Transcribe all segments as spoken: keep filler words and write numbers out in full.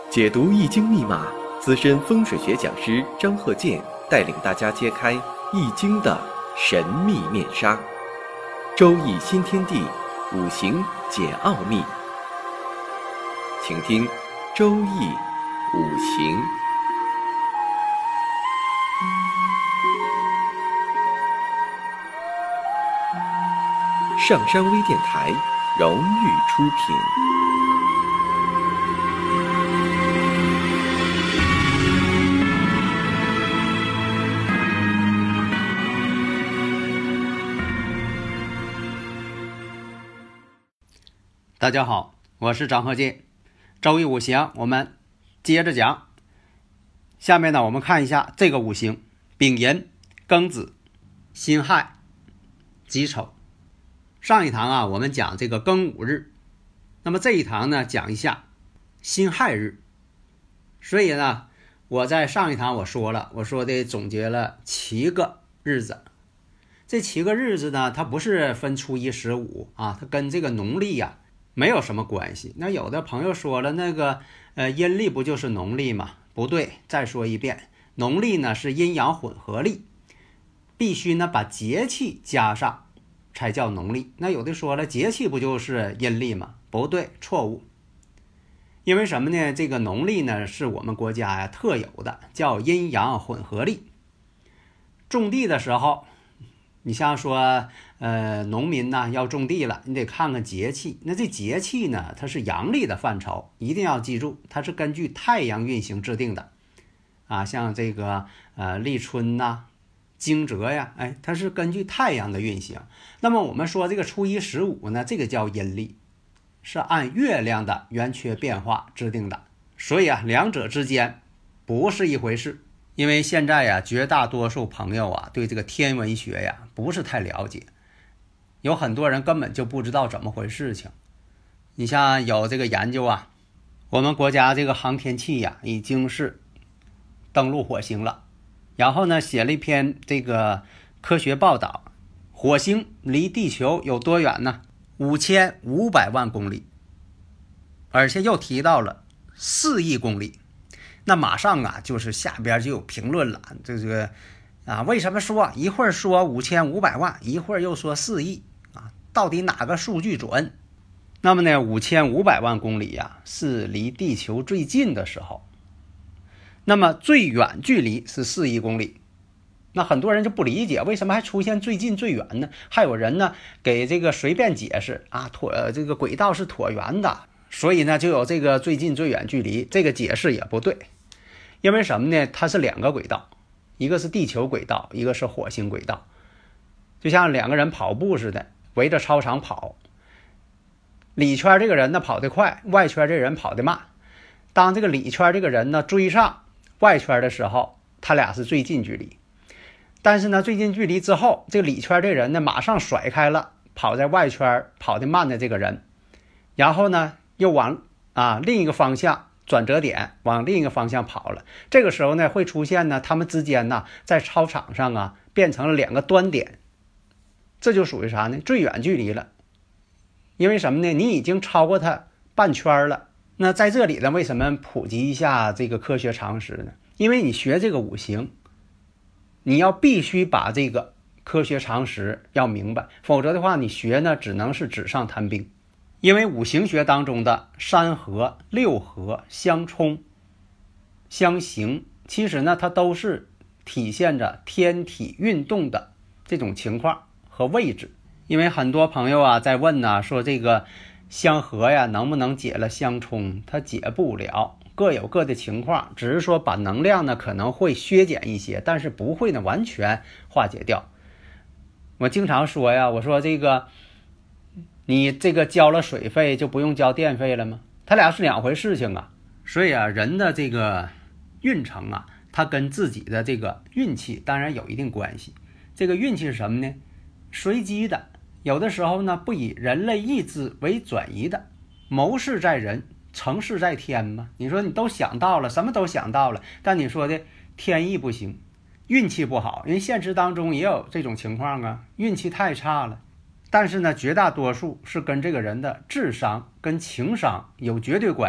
解读易经密码，资深风水学讲师张鹤剑带领大家揭开易经的神秘面纱。周易新天地，五行解奥秘。请听周易五行。上山微电台荣誉出品。 大家好，我是张鹤剑。周易五行我们接着讲。下面呢，我们看一下这个五行：丙寅、庚子、辛亥、己丑。上一堂啊，我们讲这个庚午日，那么这一堂呢，讲一下辛亥日。所以呢，我在上一堂我说了，我说的总结了七个日子。这七个日子呢，它不是分初一十五啊，它跟这个农历呀、啊、没有什么关系。那有的朋友说了，那个呃阴历不就是农历吗？不对，再说一遍，农历呢是阴阳混合历，必须呢把节气加上才叫农历。那有的说了，节气不就是阴历吗？不对，错误。因为什么呢？这个农历呢是我们国家呀特有的，叫阴阳混合历。种地的时候，你像说呃农民呢要种地了，你得看看节气。那这节气呢，它是阳历的范畴，一定要记住，它是根据太阳运行制定的啊。像这个呃立春呐、惊蛰呀，哎，它是根据太阳的运行。那么我们说这个初一十五呢，这个叫阴历，是按月亮的圆缺变化制定的。所以啊，两者之间不是一回事。因为现在呀，绝大多数朋友啊，对这个天文学呀不是太了解，有很多人根本就不知道怎么回事情。你像有这个研究啊，我们国家这个航天器呀已经是登陆火星了，然后呢写了一篇这个科学报道，火星离地球有多远呢？五千五百万公里，而且又提到了四亿公里。那马上啊，就是下边就有评论了，这个啊，为什么说一会儿说五千五百万，一会儿又说四亿啊？到底哪个数据准？那么呢，五千五百万公里呀、啊，是离地球最近的时候。那么最远距离是四亿公里。那很多人就不理解，为什么还出现最近最远呢？还有人呢给这个随便解释啊，椭呃这个轨道是椭圆的，所以呢就有这个最近最远距离，这个解释也不对。因为什么呢？它是两个轨道，一个是地球轨道，一个是火星轨道，就像两个人跑步似的，围着操场跑，里圈这个人呢跑得快，外圈这个人跑得慢。当这个里圈这个人呢追上外圈的时候，他俩是最近距离。但是呢，最近距离之后，这个里圈这个人呢马上甩开了跑在外圈跑得慢的这个人，然后呢又往啊另一个方向转折点往另一个方向跑了。这个时候呢会出现呢他们之间呢在操场上啊变成了两个端点，这就属于啥呢？最远距离了。因为什么呢？你已经超过它半圈了。那在这里呢，为什么普及一下这个科学常识呢？因为你学这个五行，你要必须把这个科学常识要明白，否则的话你学呢只能是纸上谈兵。因为五行学当中的三合、六合、相冲、相刑，其实呢它都是体现着天体运动的这种情况和位置。因为很多朋友啊在问呢、啊，说这个相合呀能不能解了相冲？它解不了，各有各的情况，只是说把能量呢可能会削减一些，但是不会呢完全化解掉。我经常说呀，我说这个你这个交了水费就不用交电费了吗？它俩是两回事情啊。所以啊，人的这个运程啊，它跟自己的这个运气当然有一定关系。这个运气是什么呢？随机的，有的时候呢不以人类意志为转移的。谋事在人，成事在天嘛。你说你都想到了，什么都想到了，但你说的天意不行，运气不好。因为现实当中也有这种情况啊，运气太差了。但是呢，绝大多数是跟这个人的智商跟情商有绝对关系。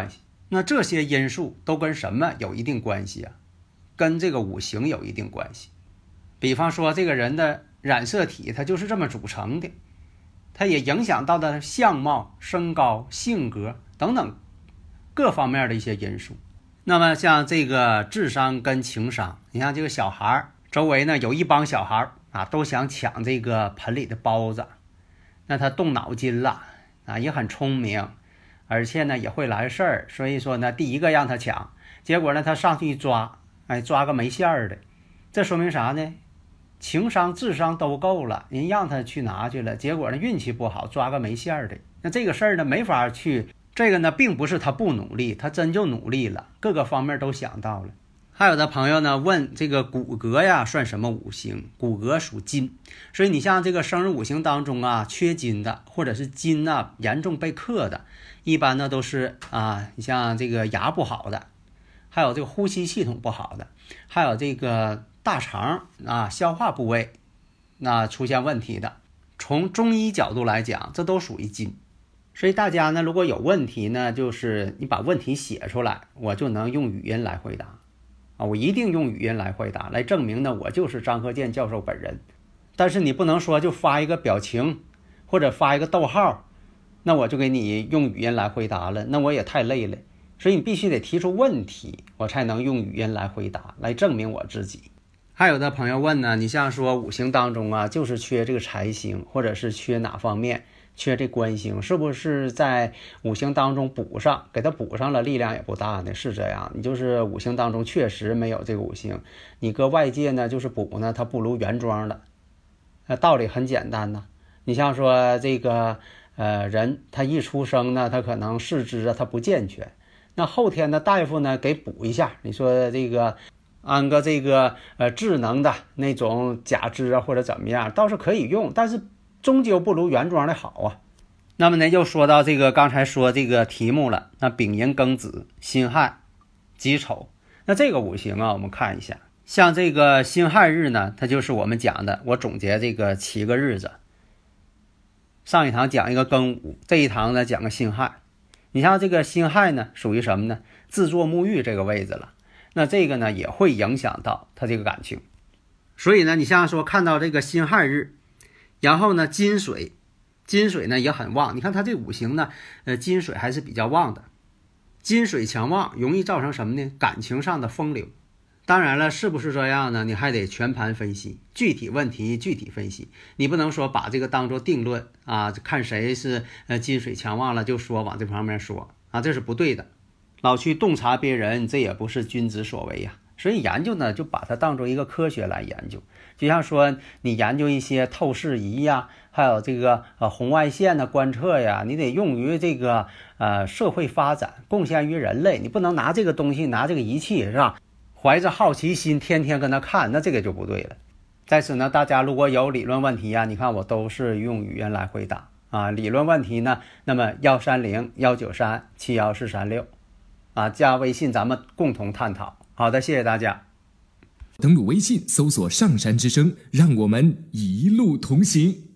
那这些因素都跟什么有一定关系啊？跟这个五行有一定关系。比方说这个人的染色体它就是这么组成的，它也影响到的相貌、身高、性格等等各方面的一些因素。那么像这个智商跟情商，你像这个小孩周围呢有一帮小孩啊，都想抢这个盆里的包子，那他动脑筋了啊，也很聪明，而且呢也会来事儿，所以说呢第一个让他抢，结果呢他上去一抓，哎，抓个没馅儿的，这说明啥呢？情商智商都够了，人让他去拿去了，结果呢运气不好，抓个没馅儿的。那这个事儿呢没法去，这个呢并不是他不努力，他真就努力了，各个方面都想到了。还有的朋友呢问这个骨骼呀算什么五行？骨骼属金，所以你像这个生日五行当中啊缺金的，或者是金啊严重被克的，一般呢都是啊，你像这个牙不好的，还有这个呼吸系统不好的，还有这个大肠啊消化部位那出现问题的。从中医角度来讲，这都属于金。所以大家呢如果有问题呢，就是你把问题写出来，我就能用语音来回答啊，我一定用语音来回答，来证明呢我就是张鹤健教授本人。但是你不能说就发一个表情或者发一个逗号，那我就给你用语音来回答了，那我也太累了。所以你必须得提出问题，我才能用语音来回答，来证明我自己。还有的朋友问呢，你像说五行当中啊，就是缺这个财星，或者是缺哪方面，缺这官星，是不是在五行当中补上，给它补上了，力量也不大呢？是这样，你就是五行当中确实没有这个五行，你搁外界呢就是补呢，它不如原装的。那道理很简单呢，你像说这个呃人他一出生呢，他可能四肢啊他不健全，那后天的大夫呢给补一下，你说这个安个这个呃智能的那种假肢啊或者怎么样倒是可以用，但是终究不如原装的好啊。那么呢又说到这个刚才说这个题目了，那丙寅庚子辛亥己丑，那这个五行啊我们看一下，像这个辛亥日呢，它就是我们讲的，我总结这个七个日子，上一堂讲一个庚午，这一堂呢讲个辛亥。你像这个辛亥呢属于什么呢？自作沐浴这个位置了，那这个呢也会影响到他这个感情。所以呢你像说看到这个辛亥日，然后呢金水，金水呢也很旺，你看他这五行呢呃金水还是比较旺的，金水强旺容易造成什么呢？感情上的风流。当然了，是不是这样呢？你还得全盘分析，具体问题具体分析，你不能说把这个当作定论啊，看谁是呃金水强旺了就说往这方面说啊，这是不对的。老去洞察别人，这也不是君子所为呀。所以研究呢，就把它当作一个科学来研究。就像说你研究一些透视仪呀，还有这个呃红外线的观测呀，你得用于这个呃社会发展，贡献于人类。你不能拿这个东西，拿这个仪器是吧？怀着好奇心天天跟他看，那这个就不对了。在此呢，大家如果有理论问题啊，你看我都是用语言来回答啊。理论问题呢，那么幺三零幺九三七幺四三六啊，加微信咱们共同探讨。好的，谢谢大家。 登录微信搜索上山之声，让我们一路同行。